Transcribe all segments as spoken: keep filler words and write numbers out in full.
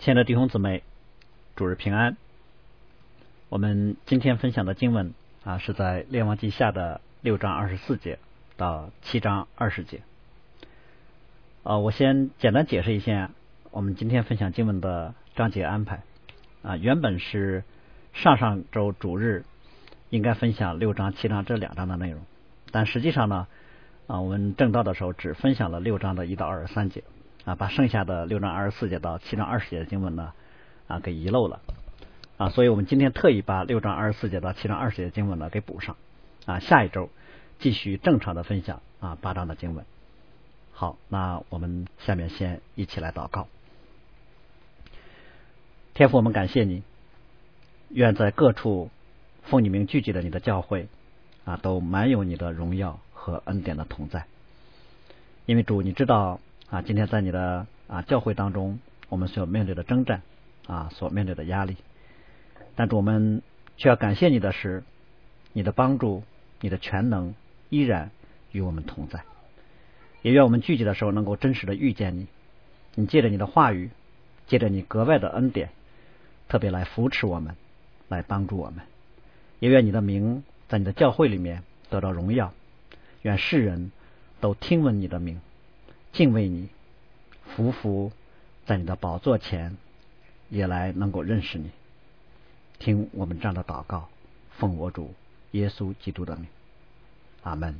亲爱的弟兄姊妹，主日平安。我们今天分享的经文啊，是在列王记下的六章二十四节到七章二十节。啊，我先简单解释一下我们今天分享经文的章节安排。啊，原本是上上周主日应该分享六章、七章这两章的内容，但实际上呢，啊，我们正道的时候只分享了六章的一到二十三节。啊，把剩下的六章二十四节到七章二十节的经文呢，啊，给遗漏了，啊，所以我们今天特意把六章二十四节到七章二十节的经文呢给补上，啊，下一周继续正常的分享啊八章的经文。好，那我们下面先一起来祷告。天父，我们感谢你，愿在各处奉你名聚集的你的教会啊，都满有你的荣耀和恩典的同在。因为主，你知道。啊，今天在你的啊教会当中，我们所面对的征战啊，所面对的压力，但是我们却要感谢你的是，你的帮助，你的全能依然与我们同在。也愿我们聚集的时候能够真实的遇见你，你借着你的话语，借着你格外的恩典，特别来扶持我们，来帮助我们。也愿你的名在你的教会里面得到荣耀，愿世人都听闻你的名，敬畏你，匍匐在你的宝座前，也来能够认识你。听我们这样的祷告，奉我主耶稣基督的名，阿门。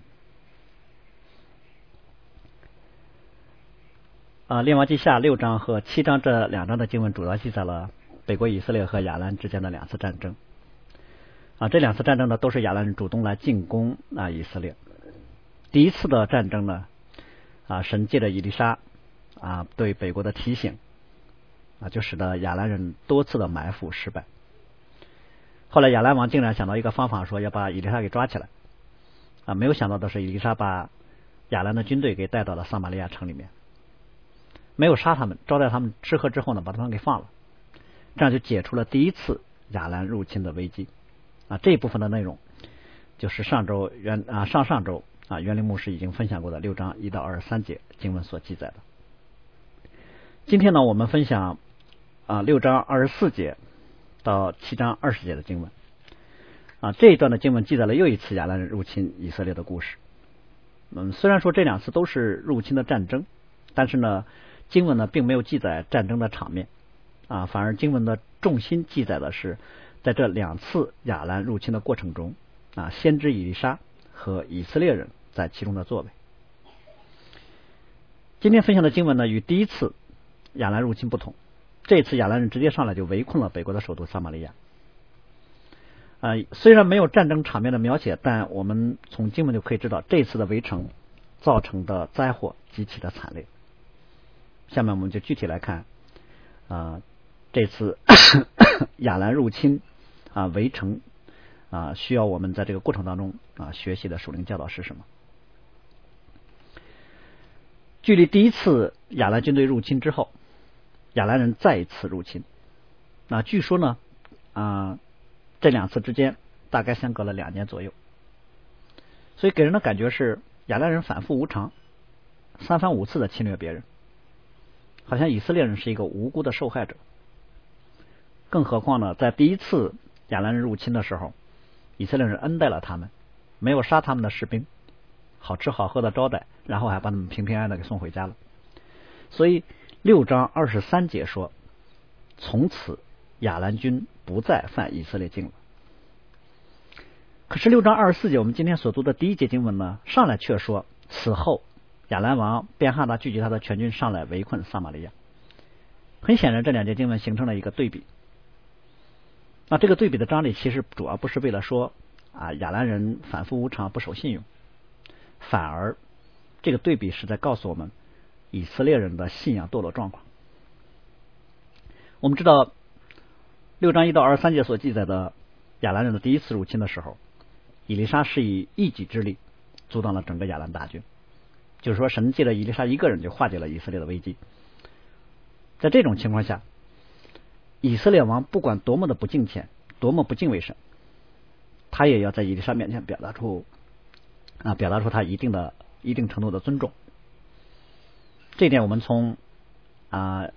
啊，列王记下六章和七章这两章的经文主要记载了北国以色列和亚兰之间的两次战争。啊，这两次战争呢，都是亚兰人主动来进攻啊以色列。第一次的战争呢，啊，神借着以利沙啊对北国的提醒啊，就使得亚兰人多次的埋伏失败。后来亚兰王竟然想到一个方法，说要把以利沙给抓起来啊，没有想到的是，以利沙把亚兰的军队给带到了撒玛利亚城里面，没有杀他们，招待他们吃喝之后呢，把他们给放了，这样就解除了第一次亚兰入侵的危机啊。这一部分的内容就是上周原啊上上周。啊，园林牧师已经分享过的六章一到二十三节经文所记载的。今天呢，我们分享啊六章二十四节到七章二十节的经文。啊，这一段的经文记载了又一次亚兰人入侵以色列的故事。嗯，虽然说这两次都是入侵的战争，但是呢，经文呢并没有记载战争的场面啊，反而经文的重心记载的是在这两次亚兰入侵的过程中啊，先知以利沙和以色列人在其中的作为。今天分享的经文呢，与第一次亚兰入侵不同，这次亚兰人直接上来就围困了北国的首都撒玛利亚。呃，虽然没有战争场面的描写，但我们从经文就可以知道，这次的围城造成的灾祸极其的惨烈。下面我们就具体来看，啊、呃，这次亚兰入侵啊、呃、围城啊，需要我们在这个过程当中啊学习的属灵教导是什么？距离第一次亚兰军队入侵之后，亚兰人再一次入侵。那据说呢，啊，这两次之间大概相隔了两年左右，所以给人的感觉是亚兰人反复无常，三番五次的侵略别人，好像以色列人是一个无辜的受害者。更何况呢，在第一次亚兰人入侵的时候，以色列人恩待了他们，没有杀他们的士兵，好吃好喝的招待，然后还把他们平平安安的给送回家了。所以六章二十三节说，从此亚兰军不再犯以色列境了。可是六章二十四节我们今天所读的第一节经文呢，上来却说，此后亚兰王便哈达聚集他的全军上来围困撒玛利亚。很显然这两节经文形成了一个对比。那这个对比的张力其实主要不是为了说啊亚兰人反复无常不守信用，反而这个对比是在告诉我们以色列人的信仰堕落状况。我们知道六章一到二十三节所记载的亚兰人的第一次入侵的时候，以利沙是以一己之力阻挡了整个亚兰大军，就是说神借着以利沙一个人就化解了以色列的危机。在这种情况下，以色列王不管多么的不敬虔，多么不敬畏神，他也要在以利沙面前表达出啊，表达出他一定的一定程度的尊重。这一点我们从啊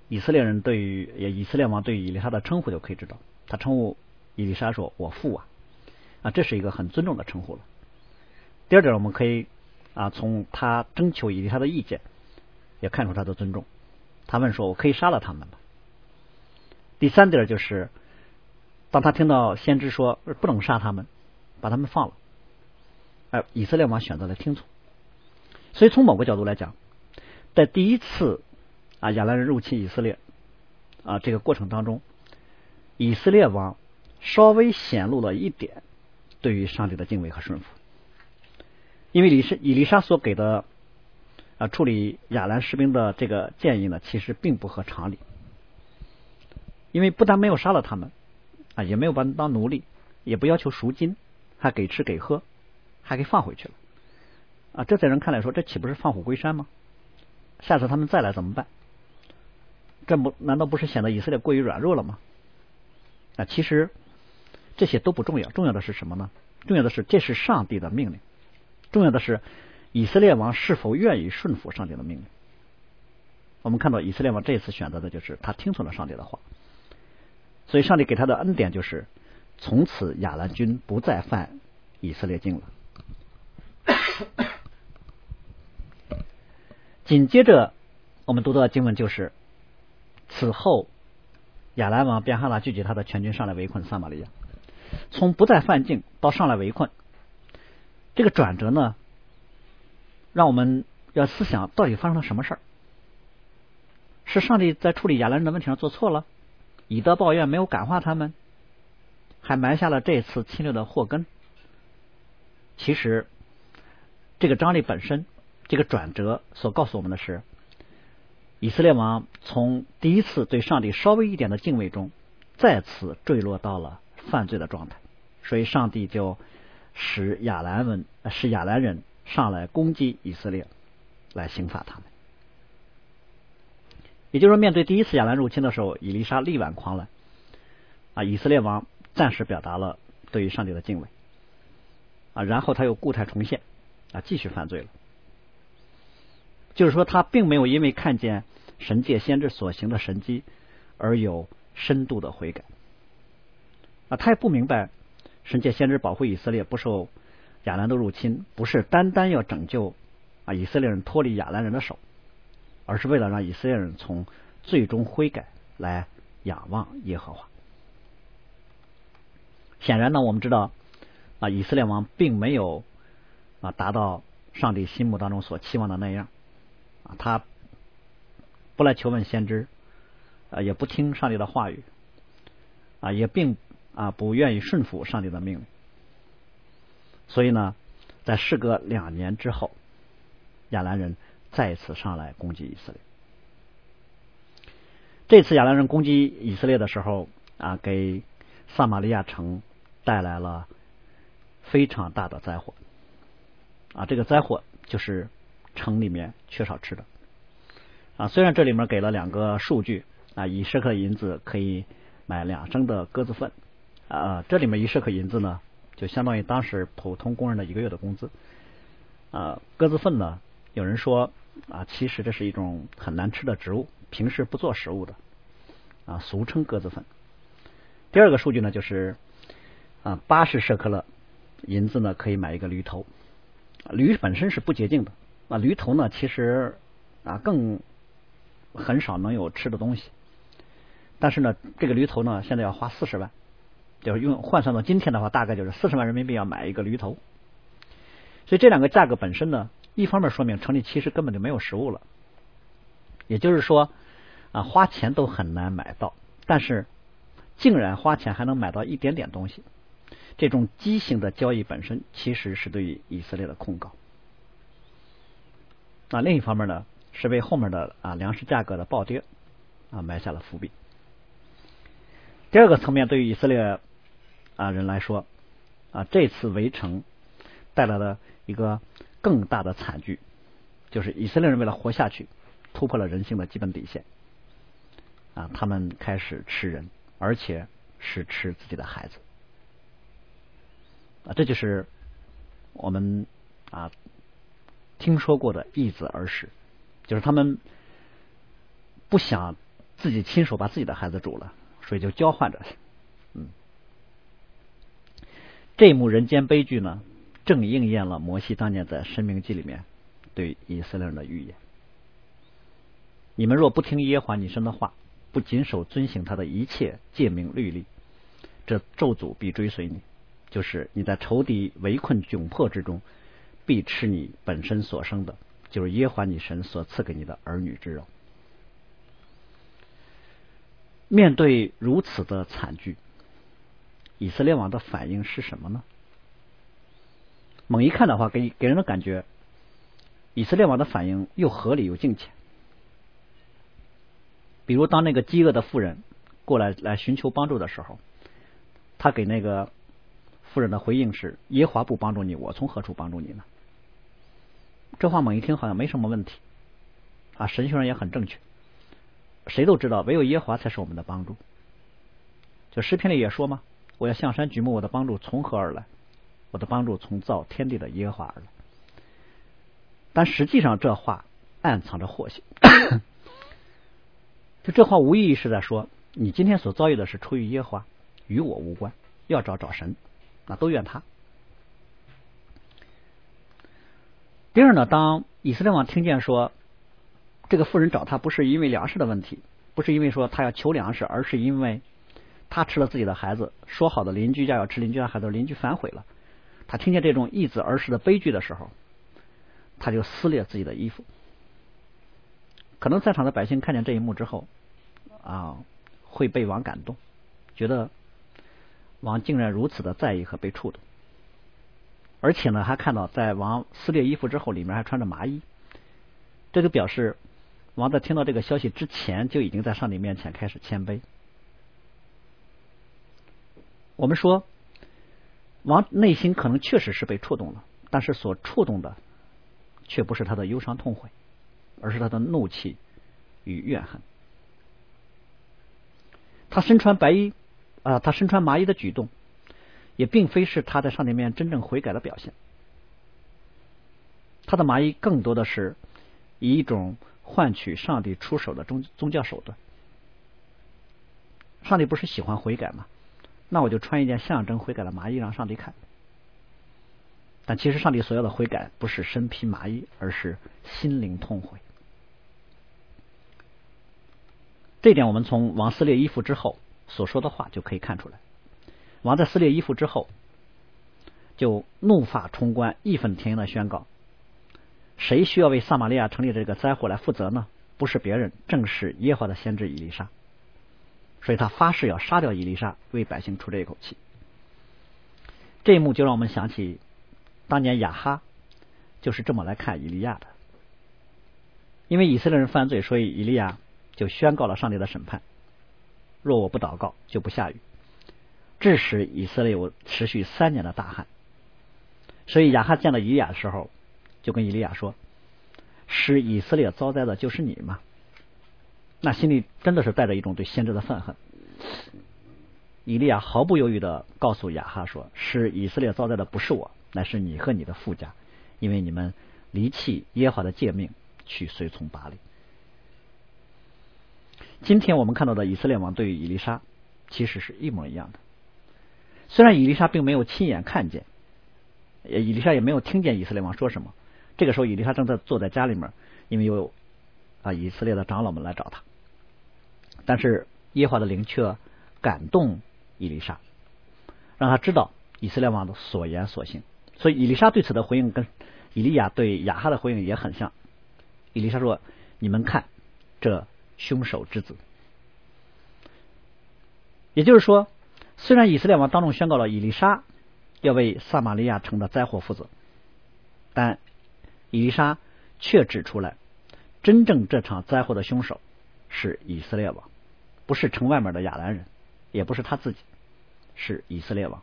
以色列人对于也以色列王对于以利沙的称呼就可以知道，他称呼以利沙说我父啊，啊这是一个很尊重的称呼了。第二点，我们可以啊从他征求以利沙的意见也看出他的尊重，他问说我可以杀了他们吗？第三点就是当他听到先知说不能杀他们，把他们放了，哎，以色列王选择了听从。所以从某个角度来讲，在第一次啊亚兰人入侵以色列啊这个过程当中，以色列王稍微显露了一点对于上帝的敬畏和顺服。因为以利以利沙所给的啊处理亚兰士兵的这个建议呢，其实并不合常理。因为不但没有杀了他们啊，也没有把他们当奴隶，也不要求赎金，还给吃给喝，还给放回去了啊！这在人看来说，这岂不是放虎归山吗？下次他们再来怎么办？这不难道不是显得以色列过于软弱了吗？啊，其实这些都不重要，重要的是什么呢？重要的是这是上帝的命令，重要的是以色列王是否愿意顺服上帝的命令。我们看到以色列王这次选择的就是他听从了上帝的话，所以上帝给他的恩典就是从此亚兰军不再犯以色列境了。紧接着我们读到的经文就是此后亚兰王便哈拉聚集他的全军上来围困撒玛利亚。从不再犯境到上来围困，这个转折呢，让我们要思想到底发生了什么事儿？是上帝在处理亚兰人的问题上做错了，以德报怨，没有感化他们，还埋下了这次侵略的祸根？其实这个章例本身，这个转折所告诉我们的是，以色列王从第一次对上帝稍微一点的敬畏中，再次坠落到了犯罪的状态，所以上帝就使亚兰人使亚兰人上来攻击以色列，来刑罚他们。也就是说，面对第一次亚兰入侵的时候，以利沙力挽狂澜啊，以色列王暂时表达了对于上帝的敬畏啊，然后他又故态重现啊，继续犯罪了。就是说，他并没有因为看见神借先知所行的神迹而有深度的悔改啊，他也不明白神借先知保护以色列不受亚兰的入侵，不是单单要拯救啊以色列人脱离亚兰人的手，而是为了让以色列人从最终悔改来仰望耶和华。显然呢，我们知道啊，以色列王并没有啊达到上帝心目当中所期望的那样啊，他不来求问先知，啊，也不听上帝的话语，啊，也并啊不愿意顺服上帝的命令。所以呢，在事隔两年之后，亚兰人再次上来攻击以色列。这次亚兰人攻击以色列的时候啊，给撒玛利亚城带来了非常大的灾祸啊，这个灾祸就是城里面缺少吃的啊。虽然这里面给了两个数据啊，一舍克银子可以买两升的鸽子粪啊，这里面一舍克银子呢，就相当于当时普通工人的一个月的工资啊。鸽子粪呢，有人说啊，其实这是一种很难吃的植物，平时不做食物的啊，俗称鸽子粪。第二个数据呢，就是啊，八十舍克勒银子呢可以买一个驴头。驴本身是不洁净的啊，驴头呢其实啊更很少能有吃的东西，但是呢，这个驴头呢现在要花四十万，就是用换算到今天的话，大概就是四十万人民币要买一个驴头。所以这两个价格本身呢，一方面说明城里其实根本就没有食物了，也就是说啊，花钱都很难买到，但是竟然花钱还能买到一点点东西，这种畸形的交易本身其实是对于以色列的控告。那另一方面呢，是为后面的啊粮食价格的暴跌啊埋下了伏笔。第二个层面，对于以色列啊人来说啊，这次围城带来了一个更大的惨剧，就是以色列人为了活下去，突破了人性的基本底线啊，他们开始吃人，而且是吃自己的孩子啊，这就是我们啊听说过的易子而食，就是他们不想自己亲手把自己的孩子煮了，所以就交换着。嗯，这一幕人间悲剧呢，正应验了摩西当年在申命记里面对以色列人的预言。你们若不听耶和华你神的话，不谨守遵行他的一切诫命律例，这咒诅必追随你，就是你在仇敌围困窘迫之中，必吃你本身所生的，就是耶和华你神所赐给你的儿女之肉。面对如此的惨剧，以色列王的反应是什么呢？猛一看的话，给给人的感觉，以色列王的反应又合理又敬虔。比如当那个饥饿的妇人过来来寻求帮助的时候，他给那个妇人的回应是：耶和华不帮助你，我从何处帮助你呢？这话猛一听好像没什么问题啊，神学上也很正确。谁都知道唯有耶和华才是我们的帮助。就诗篇里也说嘛，我要向山举目，我的帮助从何而来？我的帮助从造天地的耶和华而来。但实际上这话暗藏着祸心。就这话无意义是在说，你今天所遭遇的是出于耶和华，与我无关，要找找神，那都怨他。第二呢，当以色列王听见说这个妇人找他不是因为粮食的问题，不是因为说他要求粮食，而是因为他吃了自己的孩子，说好的邻居家要吃邻居家孩子，邻居反悔了。他听见这种易子而食的悲剧的时候，他就撕裂自己的衣服。可能在场的百姓看见这一幕之后啊，会被王感动，觉得王竟然如此的在意和被触动。而且呢，还看到在王撕裂衣服之后，里面还穿着麻衣，这就表示王在听到这个消息之前就已经在上帝面前开始谦卑。我们说王内心可能确实是被触动了，但是所触动的却不是他的忧伤痛悔，而是他的怒气与怨恨。他身穿白衣啊、呃，他身穿麻衣的举动，也并非是他在上帝面前真正悔改的表现。他的麻衣更多的是以一种换取上帝出手的宗宗教手段。上帝不是喜欢悔改吗？那我就穿一件象征悔改的麻衣让上帝看。但其实上帝所要的悔改不是身披麻衣，而是心灵痛悔。这点我们从王撕裂衣服之后所说的话就可以看出来。王在撕裂衣服之后就怒发冲冠，义愤填膺的宣告，谁需要为撒玛利亚城里这个灾祸来负责呢？不是别人，正是耶和华的先知以利沙。所以他发誓要杀掉以利沙，为百姓出这一口气。这一幕就让我们想起当年亚哈就是这么来看以利亚的。因为以色列人犯罪，所以以利亚就宣告了上帝的审判，若我不祷告就不下雨，致使以色列有持续三年的大旱。所以亚哈见到以利亚的时候就跟以利亚说，使以色列遭灾的就是你吗？那心里真的是带着一种对先知的愤恨。以利亚毫不犹豫地告诉亚哈说，使以色列遭灾的不是我，乃是你和你的父家，因为你们离弃耶和华的诫命，去随从巴力。今天我们看到的以色列王对于以利沙其实是一模一样的。虽然以利沙并没有亲眼看见，以利沙也没有听见以色列王说什么，这个时候以利沙正在坐在家里面，因为有啊以色列的长老们来找他，但是耶和华的灵却感动以利沙，让他知道以色列王的所言所行。所以以利沙对此的回应跟以利亚对亚哈的回应也很像。以利沙说，你们看这凶手之子。也就是说，虽然以色列王当众宣告了以利沙要为撒玛利亚城的灾祸负责，但以利沙却指出来，真正这场灾祸的凶手是以色列王，不是城外面的亚兰人，也不是他自己，是以色列王。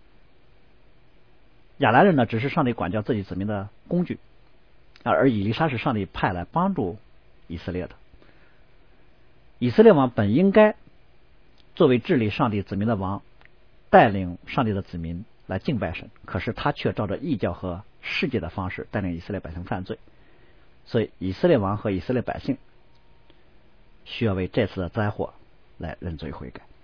亚兰人呢，只是上帝管教自己子民的工具，而以利沙是上帝派来帮助以色列的。以色列王本应该作为治理上帝子民的王，带领上帝的子民来敬拜神，可是他却照着异教和世界的方式带领以色列百姓犯罪。所以以色列王和以色列百姓需要为这次的灾祸来认罪悔改。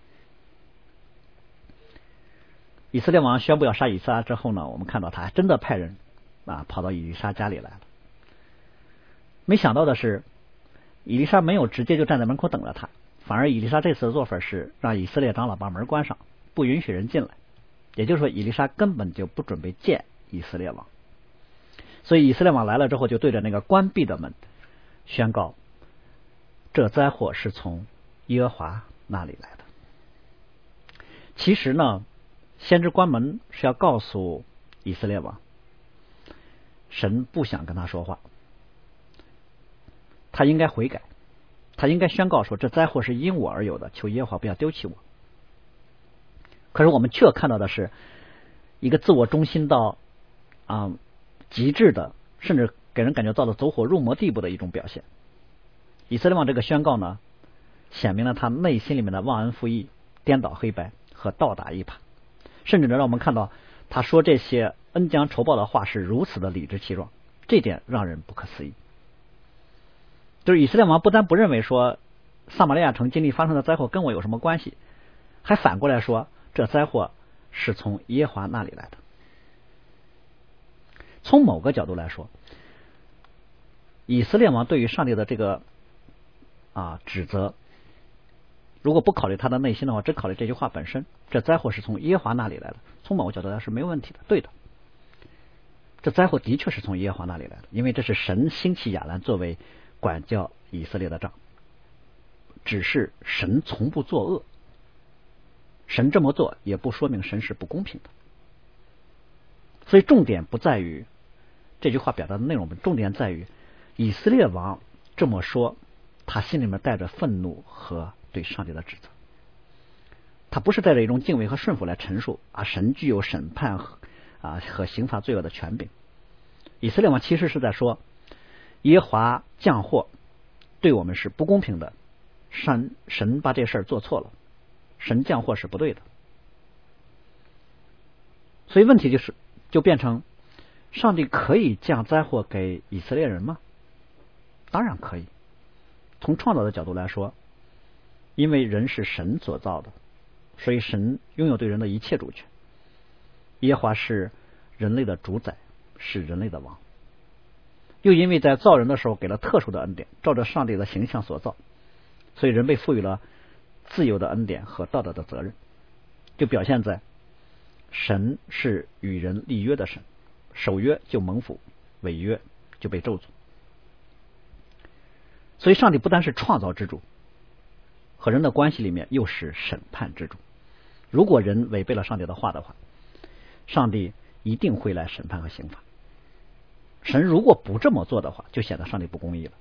以色列王宣布要杀以撒之后呢，我们看到他还真的派人啊跑到以利沙家里来了。没想到的是，以利沙没有直接就站在门口等着他，反而以利沙这次的做法是让以色列长老把门关上，不允许人进来。也就是说，以利沙根本就不准备见以色列王。所以以色列王来了之后，就对着那个关闭的门宣告，这灾祸是从耶和华那里来的。其实呢，先知关门是要告诉以色列王，神不想跟他说话，他应该悔改，他应该宣告说，这灾祸是因我而有的，求耶和华不要丢弃我。可是我们却看到的是一个自我中心到啊、呃、极致的，甚至给人感觉到了走火入魔地步的一种表现。以色列王这个宣告呢，显明了他内心里面的忘恩负义、颠倒黑白和倒打一耙，甚至能让我们看到他说这些恩将仇报的话是如此的理直气壮，这点让人不可思议。就是以色列王不但不认为说撒玛利亚城经历发生的灾祸跟我有什么关系，还反过来说这灾祸是从耶和华那里来的。从某个角度来说，以色列王对于上帝的这个啊指责，如果不考虑他的内心的话，只考虑这句话本身，这灾祸是从耶和华那里来的，从某个角度来说是没有问题的，对的。这灾祸的确是从耶和华那里来的，因为这是神兴起亚兰作为管教以色列的杖，只是神从不作恶，神这么做也不说明神是不公平的。所以重点不在于这句话表达的内容，重点在于以色列王这么说，他心里面带着愤怒和对上帝的指责，他不是带着一种敬畏和顺服来陈述啊，神具有审判和啊和刑罚罪恶的权柄。以色列王其实是在说，耶和华降祸对我们是不公平的，神神把这事儿做错了，神降祸是不对的。所以问题就是就变成，上帝可以降灾祸给以色列人吗？当然可以。从创造的角度来说，因为人是神所造的，所以神拥有对人的一切主权。耶和华是人类的主宰，是人类的王。又因为在造人的时候给了特殊的恩典，照着上帝的形象所造，所以人被赋予了自由的恩典和道德的责任，就表现在神是与人立约的神，守约就蒙福，违约就被咒诅。所以上帝不单是创造之主，和人的关系里面又是审判之主。如果人违背了上帝的话的话，上帝一定会来审判和刑罚。神如果不这么做的话，就显得上帝不公义了。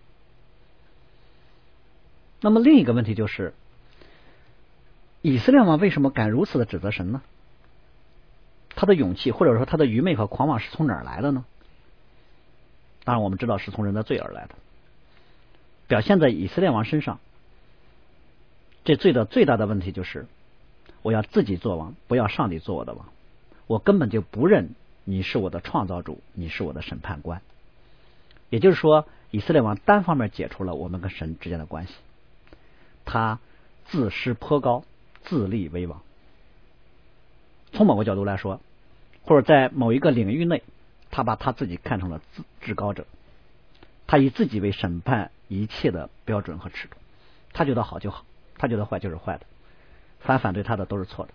那么另一个问题就是，以色列王为什么敢如此的指责神呢？他的勇气或者说他的愚昧和狂妄是从哪儿来的呢？当然我们知道是从人的罪而来的。表现在以色列王身上，这罪的最大的问题就是，我要自己做王，不要上帝做我的王，我根本就不认你是我的创造主，你是我的审判官。也就是说，以色列王单方面解除了我们跟神之间的关系，他自视颇高，自立为王。从某个角度来说，或者在某一个领域内，他把他自己看成了至高者，他以自己为审判一切的标准和尺度，他觉得好就好，他觉得坏就是坏的，凡反对他的都是错的。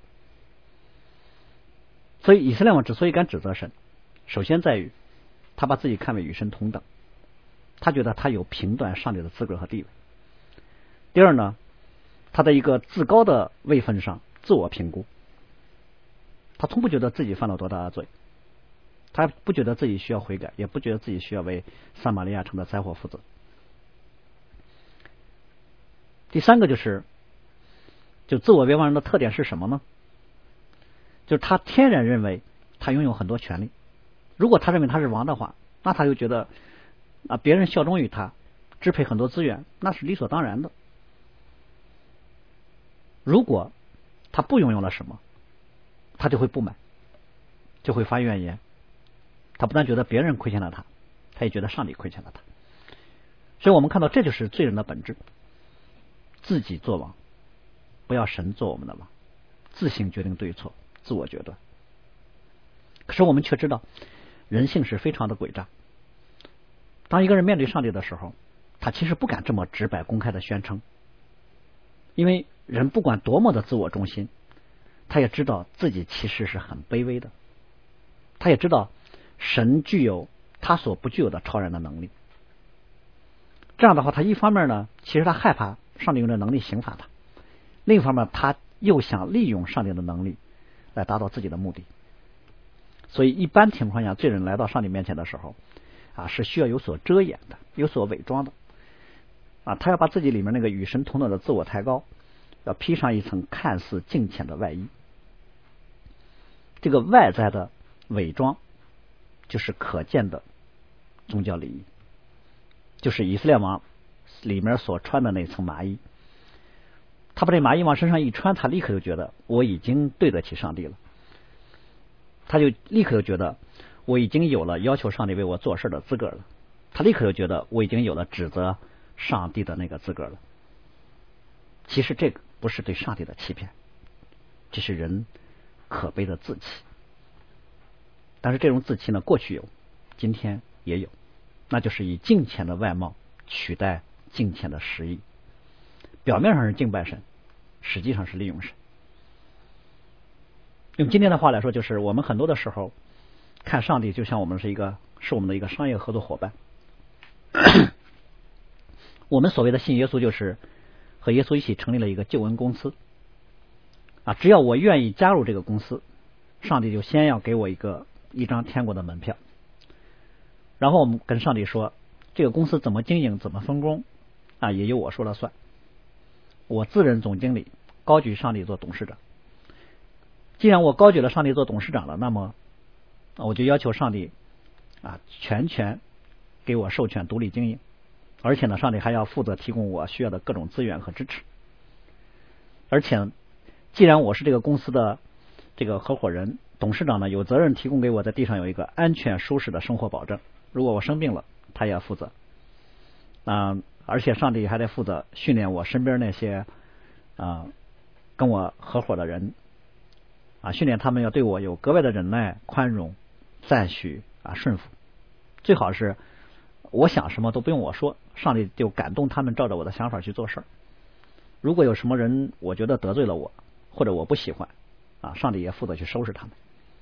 所以以色列王之所以敢指责神，首先在于他把自己看为与神同等，他觉得他有评断上帝的资格和地位。第二呢，他在一个自高的位分上自我评估，他从不觉得自己犯了多大的罪，他不觉得自己需要悔改，也不觉得自己需要为撒玛利亚城的灾祸负责。第三个就是，就自我为王人的特点是什么呢？就是他天然认为他拥有很多权利，如果他认为他是王的话，那他就觉得啊别人效忠于他，支配很多资源，那是理所当然的。如果他不拥有了什么，他就会不满，就会发怨言。他不但觉得别人亏欠了他，他也觉得上帝亏欠了他。所以我们看到这就是罪人的本质。 自己做王，不要神做我们的王，自行决定对错，自我决断。可是我们却知道，人性是非常的诡诈。当一个人面对上帝的时候，他其实不敢这么直白公开的宣称，因为人不管多么的自我中心，他也知道自己其实是很卑微的，他也知道神具有他所不具有的超然的能力。这样的话，他一方面呢，其实他害怕上帝用这能力刑罚他，另一方面他又想利用上帝的能力来达到自己的目的。所以一般情况下，罪人来到上帝面前的时候啊，是需要有所遮掩的，有所伪装的啊，他要把自己里面那个与神同等的自我抬高，要披上一层看似敬虔的外衣。这个外在的伪装就是可见的宗教礼仪，就是以色列王里面所穿的那层麻衣。他把这麻衣往身上一穿，他立刻就觉得我已经对得起上帝了，他就立刻就觉得我已经有了要求上帝为我做事的资格了，他立刻就觉得我已经有了指责上帝的那个资格了。其实这个不是对上帝的欺骗，这是人可悲的自欺。但是这种自欺呢，过去有，今天也有，那就是以敬虔的外貌取代敬虔的实意。表面上是敬拜神，实际上是利用神。用今天的话来说，就是我们很多的时候看上帝就像我们是一个是我们的一个商业合作伙伴。我们所谓的信耶稣，就是和耶稣一起成立了一个救恩公司啊，只要我愿意加入这个公司，上帝就先要给我一个一张天国的门票，然后我们跟上帝说，这个公司怎么经营怎么分工啊，也由我说了算，我自任总经理，高举上帝做董事长。既然我高举了上帝做董事长了，那么我就要求上帝啊全权给我授权独立经营，而且呢，上帝还要负责提供我需要的各种资源和支持。而且既然我是这个公司的这个合伙人，董事长呢有责任提供给我在地上有一个安全舒适的生活保证，如果我生病了，他也要负责啊、呃，而且上帝还得负责训练我身边那些啊、呃、跟我合伙的人啊，训练他们要对我有格外的忍耐、宽容、赞许啊、顺服。最好是我想什么都不用我说，上帝就感动他们照着我的想法去做事儿。如果有什么人我觉得得罪了我，或者我不喜欢啊，上帝也负责去收拾他们。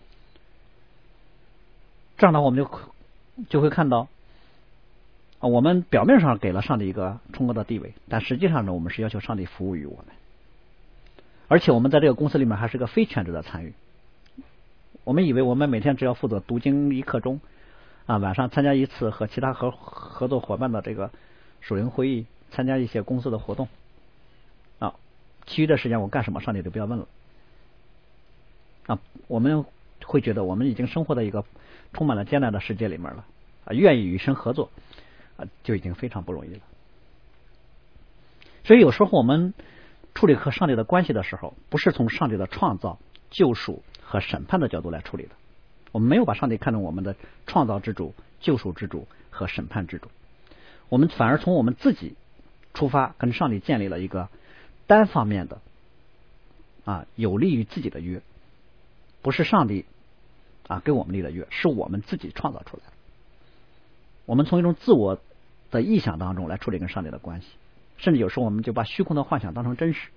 这样的话，我们就就会看到啊，我们表面上给了上帝一个崇高的地位，但实际上呢，我们是要求上帝服务于我们。而且我们在这个公司里面还是个非全职的参与。我们以为我们每天只要负责读经一刻钟啊，晚上参加一次和其他合合作伙伴的这个属灵会议，参加一些公司的活动啊，其余的时间我干什么，上帝就不要问了啊。我们会觉得我们已经生活在一个充满了艰难的世界里面了啊，愿意与神合作啊，就已经非常不容易了。所以有时候我们处理和上帝的关系的时候，不是从上帝的创造、救赎和审判的角度来处理的。我们没有把上帝看成我们的创造之主、救赎之主和审判之主，我们反而从我们自己出发，跟上帝建立了一个单方面的啊有利于自己的约，不是上帝啊给我们立的约，是我们自己创造出来的。我们从一种自我的臆想当中来处理跟上帝的关系，甚至有时候我们就把虚空的幻想当成真实。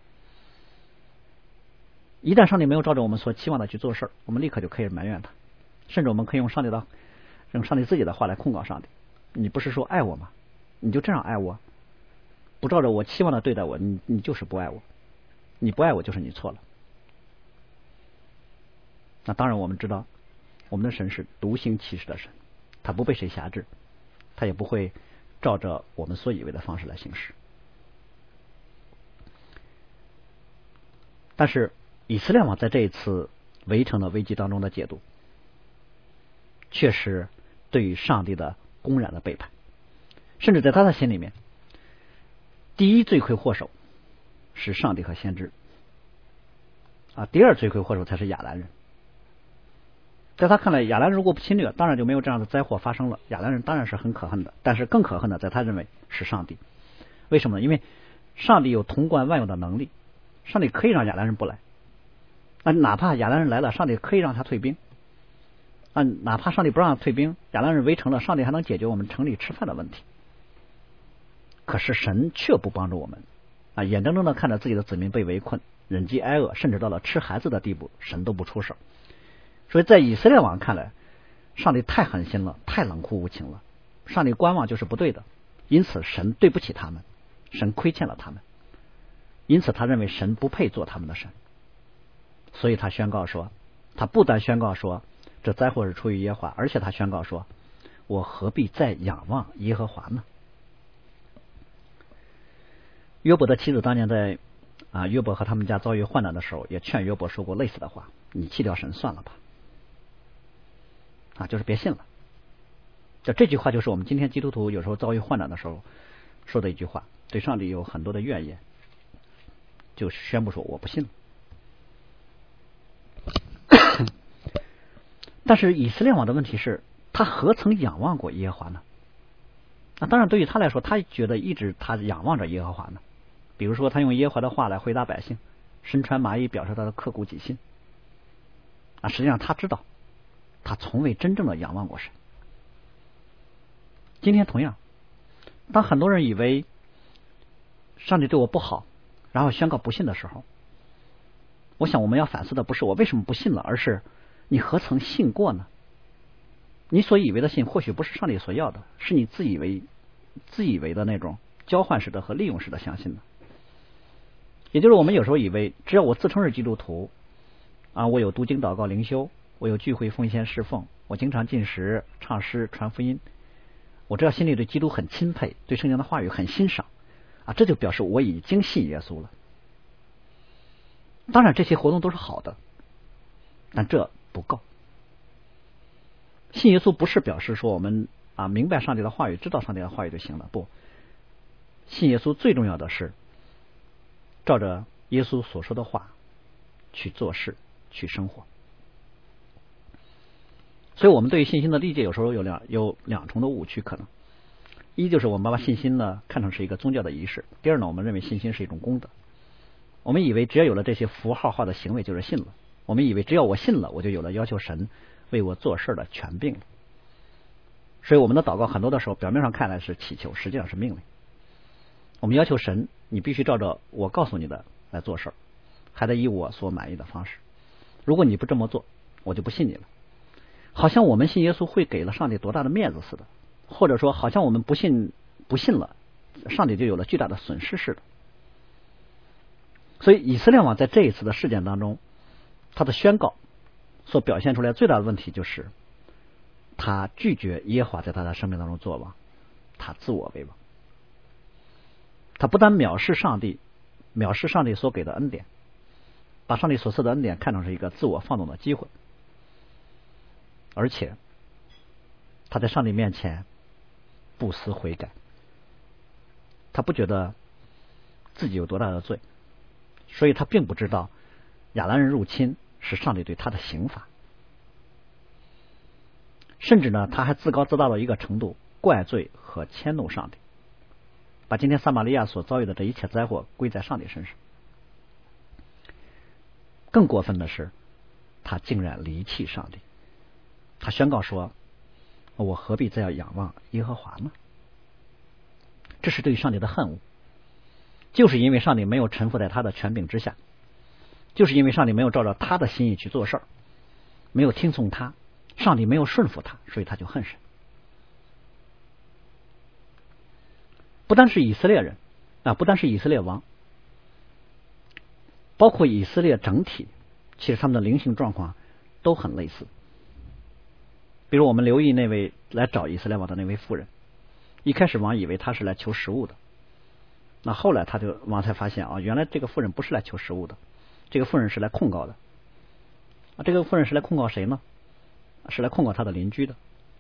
一旦上帝没有照着我们所期望的去做事，我们立刻就可以埋怨他，甚至我们可以用上帝的用上帝自己的话来控告上帝：你不是说爱我吗？你就这样爱我，不照着我期望的对待我，你你就是不爱我，你不爱我就是你错了。那当然我们知道，我们的神是独行其事的神，他不被谁辖制，他也不会照着我们所以为的方式来行事。但是以色列王在这一次围城的危机当中的解读，确实对于上帝的公然的背叛，甚至在他的心里面，第一罪魁祸首是上帝和先知啊，第二罪魁祸首才是亚兰人。在他看来，亚兰人如果不侵略，当然就没有这样的灾祸发生了。亚兰人当然是很可恨的，但是更可恨的，在他认为是上帝。为什么呢？因为上帝有统管万有的能力，上帝可以让亚兰人不来，啊，哪怕亚兰人来了，上帝可以让他退兵，啊，哪怕上帝不让他退兵，亚兰人围城了，上帝还能解决我们城里吃饭的问题。可是神却不帮助我们，啊，眼睁睁的看着自己的子民被围困，忍饥挨饿，甚至到了吃孩子的地步，神都不出手。所以在以色列王看来，上帝太狠心了，太冷酷无情了，上帝观望就是不对的，因此神对不起他们，神亏欠了他们，因此他认为神不配做他们的神，所以他宣告说，他不但宣告说这灾祸是出于耶和华，而且他宣告说，我何必再仰望耶和华呢？约伯的妻子当年在啊约伯和他们家遭遇患难的时候，也劝约伯说过类似的话，你弃掉神算了吧，啊，就是别信了。这这句话就是我们今天基督徒有时候遭遇患难的时候说的一句话，对上帝有很多的怨言，就宣布说我不信了。但是以色列王的问题是，他何曾仰望过耶和华呢？那当然对于他来说，他觉得一直他仰望着耶和华呢。比如说他用耶和华的话来回答百姓，身穿麻衣表示他的刻苦己心，啊，实际上他知道他从未真正的仰望过神。今天同样，当很多人以为上帝对我不好，然后宣告不信的时候，我想我们要反思的不是我为什么不信了，而是你何曾信过呢？你所以为的信或许不是上帝所要的，是你自以为自以为的那种交换式的和利用式的相信的。也就是我们有时候以为只要我自称是基督徒啊，我有读经祷告灵修，我有聚会奉献侍奉，我经常进食唱诗传福音，我只要心里对基督很钦佩，对圣经的话语很欣赏啊，这就表示我已经信耶稣了。当然这些活动都是好的，但这不够。信耶稣不是表示说我们啊明白上帝的话语，知道上帝的话语就行了，不，信耶稣最重要的是照着耶稣所说的话去做事去生活。所以我们对于信心的理解有时候有两有两重的误区，可能一就是我们把信心呢看成是一个宗教的仪式，第二呢我们认为信心是一种功德，我们以为只要有了这些符号化的行为就是信了，我们以为只要我信了我就有了要求神为我做事的权柄了。所以我们的祷告很多的时候表面上看来是祈求，实际上是命令。我们要求神你必须照着我告诉你的来做事，还得以我所满意的方式，如果你不这么做我就不信你了。好像我们信耶稣会给了上帝多大的面子似的，或者说好像我们不信不信了上帝就有了巨大的损失似的。所以以色列王在这一次的事件当中，他的宣告所表现出来最大的问题就是他拒绝耶和华在他的生命当中做王，他自我为王。他不但藐视上帝，藐视上帝所给的恩典，把上帝所赐的恩典看成是一个自我放纵的机会，而且他在上帝面前不思悔改。他不觉得自己有多大的罪，所以他并不知道亚兰人入侵是上帝对他的刑罚。甚至呢他还自高自大到一个程度，怪罪和迁怒上帝，把今天撒玛利亚所遭遇的这一切灾祸归在上帝身上。更过分的是他竟然离弃上帝，他宣告说我何必再要仰望耶和华呢？这是对上帝的恨恶，就是因为上帝没有臣服在他的权柄之下，就是因为上帝没有照着他的心意去做事儿，没有听从他，上帝没有顺服他，所以他就恨神。不单是以色列人啊，不单是以色列王，包括以色列整体，其实他们的灵性状况都很类似。比如我们留意那位来找以色列王的那位妇人，一开始王以为他是来求食物的，那后来他就王才发现啊，原来这个妇人不是来求食物的，这个妇人是来控告的。啊，这个妇人是来控告谁呢？是来控告他的邻居的。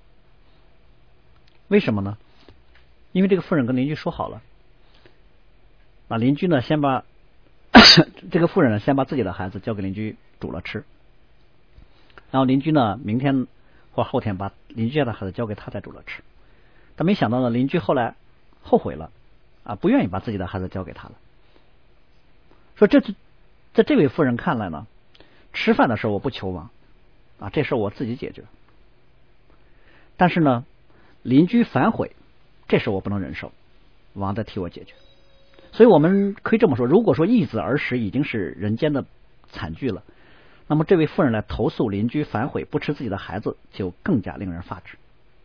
为什么呢？因为这个妇人跟邻居说好了，那邻居呢先把这个妇人呢先把自己的孩子交给邻居煮了吃，然后邻居呢明天或后天把邻居家的孩子交给他再煮了吃。但没想到呢，邻居后来后悔了啊，不愿意把自己的孩子交给他了。说这在这位妇人看来呢，吃饭的时候我不求王啊，这事我自己解决。但是呢，邻居反悔，这事我不能忍受，王再替我解决。所以我们可以这么说，如果说易子而食已经是人间的惨剧了，那么这位妇人来投诉邻居反悔不吃自己的孩子，就更加令人发指。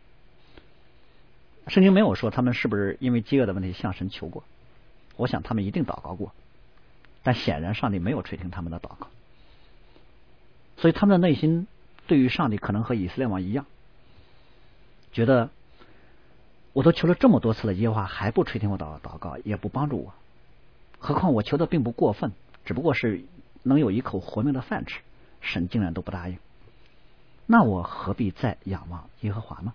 圣经没有说他们是不是因为饥饿的问题向神求过，我想他们一定祷告过，但显然上帝没有垂听他们的祷告，所以他们的内心对于上帝可能和以色列王一样，觉得我都求了这么多次了，耶和华还不垂听我祷祷告，也不帮助我，何况我求的并不过分，只不过是能有一口活命的饭吃，神竟然都不答应，那我何必再仰望耶和华呢？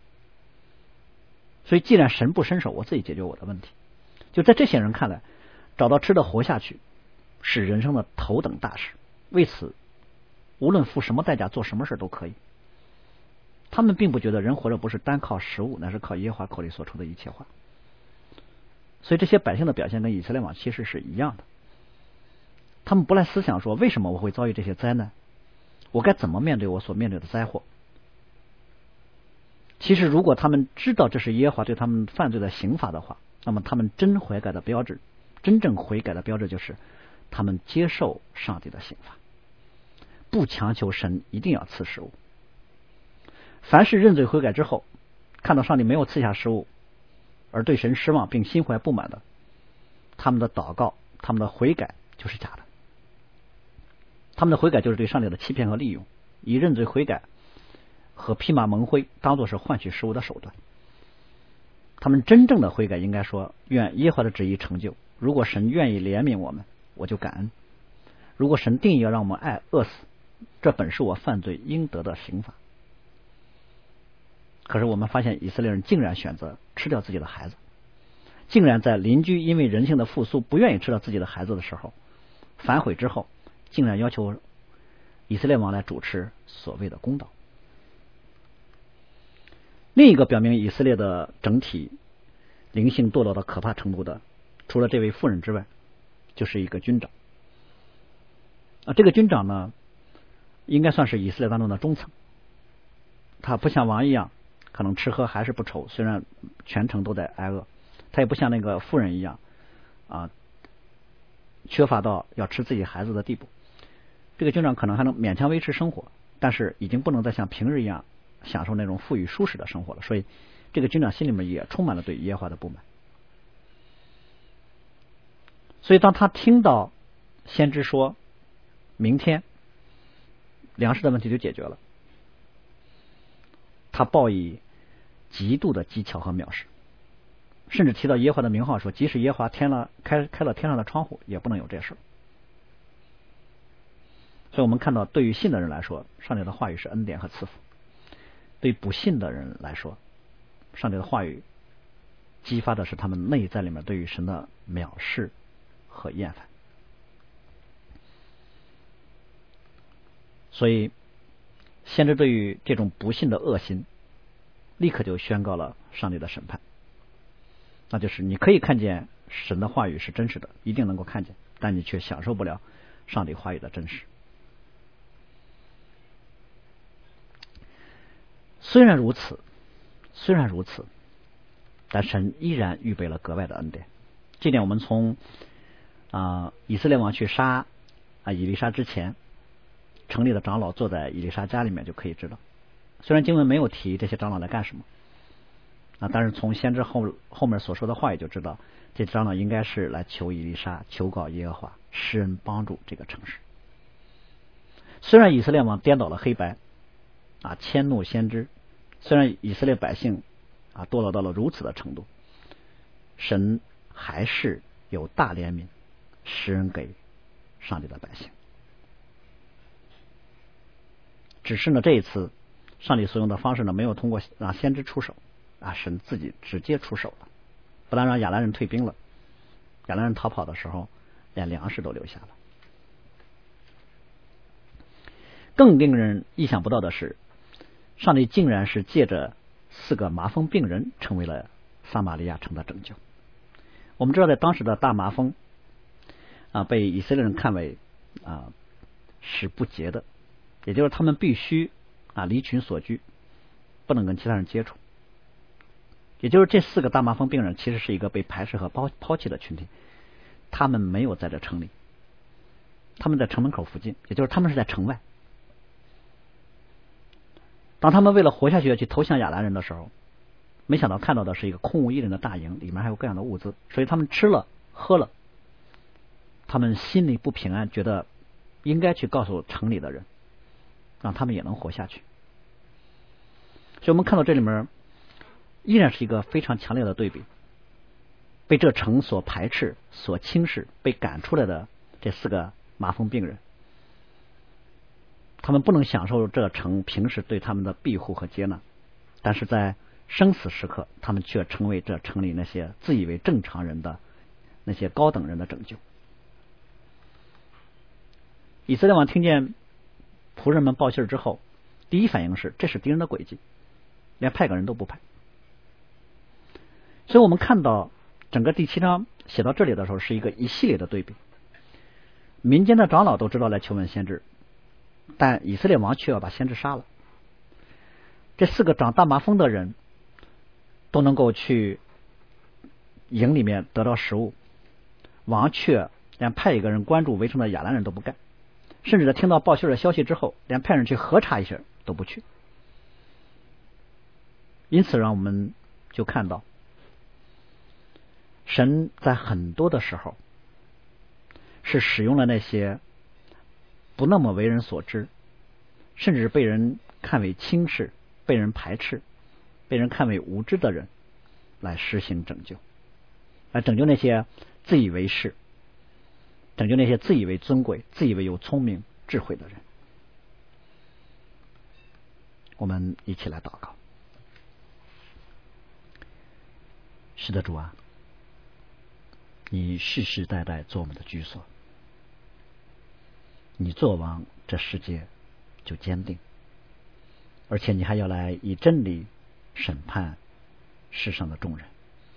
所以既然神不伸手，我自己解决我的问题。就在这些人看来，找到吃的活下去是人生的头等大事，为此无论付什么代价做什么事都可以。他们并不觉得人活着不是单靠食物，乃是靠耶和华口里所出的一切话。所以这些百姓的表现跟以色列王其实是一样的，他们不来思想说为什么我会遭遇这些灾难，我该怎么面对我所面对的灾祸。其实如果他们知道这是耶和华对他们犯罪的刑罚的话，那么他们真悔改的标志，真正悔改的标志就是他们接受上帝的刑罚，不强求神一定要赐食物。凡是认罪悔改之后，看到上帝没有赐下食物而对神失望并心怀不满的，他们的祷告，他们的悔改就是假的，他们的悔改就是对上帝的欺骗和利用，以认罪悔改和披麻蒙灰当作是换取食物的手段。他们真正的悔改应该说，愿耶和华的旨意成就，如果神愿意怜悯我们，我就感恩；如果神定义要让我们爱饿死，这本是我犯罪应得的刑罚。可是我们发现以色列人竟然选择吃掉自己的孩子，竟然在邻居因为人性的复苏不愿意吃掉自己的孩子的时候，反悔之后，竟然要求以色列王来主持所谓的公道。另一个表明以色列的整体灵性堕落到可怕程度的，除了这位妇人之外，就是一个军长啊。这个军长呢，应该算是以色列当中的中层，他不像王一样可能吃喝还是不愁，虽然全程都在挨饿，他也不像那个妇人一样啊，缺乏到要吃自己孩子的地步。这个军长可能还能勉强维持生活，但是已经不能再像平日一样享受那种富裕舒适的生活了，所以这个军长心里面也充满了对耶和华的不满。所以当他听到先知说明天粮食的问题就解决了，他报以极度的讥诮和藐视，甚至提到耶和华的名号，说即使耶和华天了开开了天上的窗户，也不能有这事。所以我们看到，对于信的人来说，上帝的话语是恩典和赐福；对于不信的人来说，上帝的话语激发的是他们内在里面对于神的藐视和厌烦。所以先知对于这种不信的恶心，立刻就宣告了上帝的审判，那就是你可以看见神的话语是真实的，一定能够看见，但你却享受不了上帝话语的真实。虽然如此，虽然如此，但神依然预备了格外的恩典。这点我们从啊、呃、以色列王去杀啊、呃、以利沙之前，城里的长老坐在以利沙家里面就可以知道。虽然经文没有提这些长老来干什么啊，但是从先知后后面所说的话也就知道，这长老应该是来求以利沙，求告耶和华，施恩帮助这个城市。虽然以色列王颠倒了黑白啊，迁怒先知，虽然以色列百姓啊堕落到了如此的程度，神还是有大怜悯，施恩给上帝的百姓。只是呢，这一次上帝所用的方式呢，没有通过让先知出手啊，神自己直接出手了，不但让亚兰人退兵了，亚兰人逃跑的时候连粮食都留下了。更令人意想不到的是，上帝竟然是借着四个麻风病人成为了撒玛利亚城的拯救。 我们知道，在当时的大麻风啊，被以色列人看为啊是不洁的，也就是他们必须啊离群索居，不能跟其他人接触。也就是这四个大麻风病人其实是一个被排斥和抛抛弃的群体，他们没有在这城里，他们在城门口附近，也就是他们是在城外。当他们为了活下去要去投降亚兰人的时候，没想到看到的是一个空无一人的大营，里面还有各样的物资，所以他们吃了喝了，他们心里不平安，觉得应该去告诉城里的人，让他们也能活下去。所以我们看到这里面依然是一个非常强烈的对比，被这城所排斥、所轻视、被赶出来的这四个麻风病人，他们不能享受这城平时对他们的庇护和接纳，但是在生死时刻，他们却成为这城里那些自以为正常人的那些高等人的拯救。以色列王听见仆人们报信之后，第一反应是这是敌人的诡计，连派个人都不派。所以我们看到整个第七章写到这里的时候，是一个一系列的对比。民间的长老都知道来求问先知，但以色列王却要把先知杀了。这四个长大麻风的人都能够去营里面得到食物，王却连派一个人关注围城的亚兰人都不干，甚至在听到报信的消息之后，连派人去核查一下都不去。因此让我们就看到神在很多的时候是使用了那些不那么为人所知，甚至被人看为轻视、被人排斥、被人看为无知的人来实行拯救，来拯救那些自以为是、拯救那些自以为尊贵、自以为有聪明智慧的人。我们一起来祷告。是的，主啊，你世世代代做我们的居所，你做王，这世界就坚定，而且你还要来以真理审判世上的众人。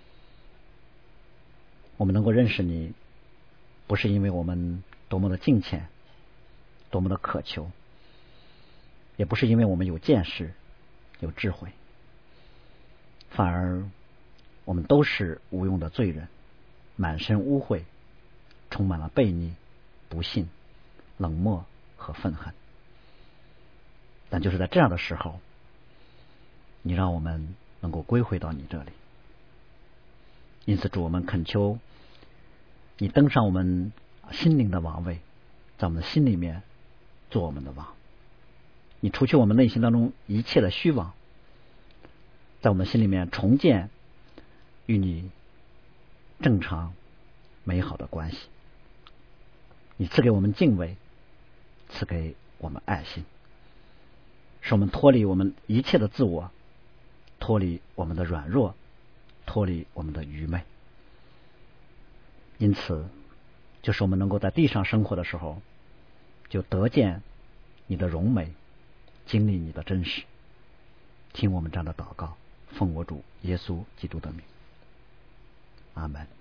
我们能够认识你，不是因为我们多么的敬虔，多么的渴求，也不是因为我们有见识、有智慧，反而我们都是无用的罪人，满身污秽，充满了悖逆、不信、冷漠和愤恨。但就是在这样的时候，你让我们能够归回到你这里。因此主，我们恳求你登上我们心灵的王位，在我们的心里面做我们的王。你除去我们内心当中一切的虚妄，在我们心里面重建与你正常美好的关系。你赐给我们敬畏，赐给我们爱心，使我们脱离我们一切的自我，脱离我们的软弱，脱离我们的愚昧。因此就是我们能够在地上生活的时候，就得见你的荣美，经历你的真实。听我们这样的祷告，奉我主耶稣基督的名，阿们。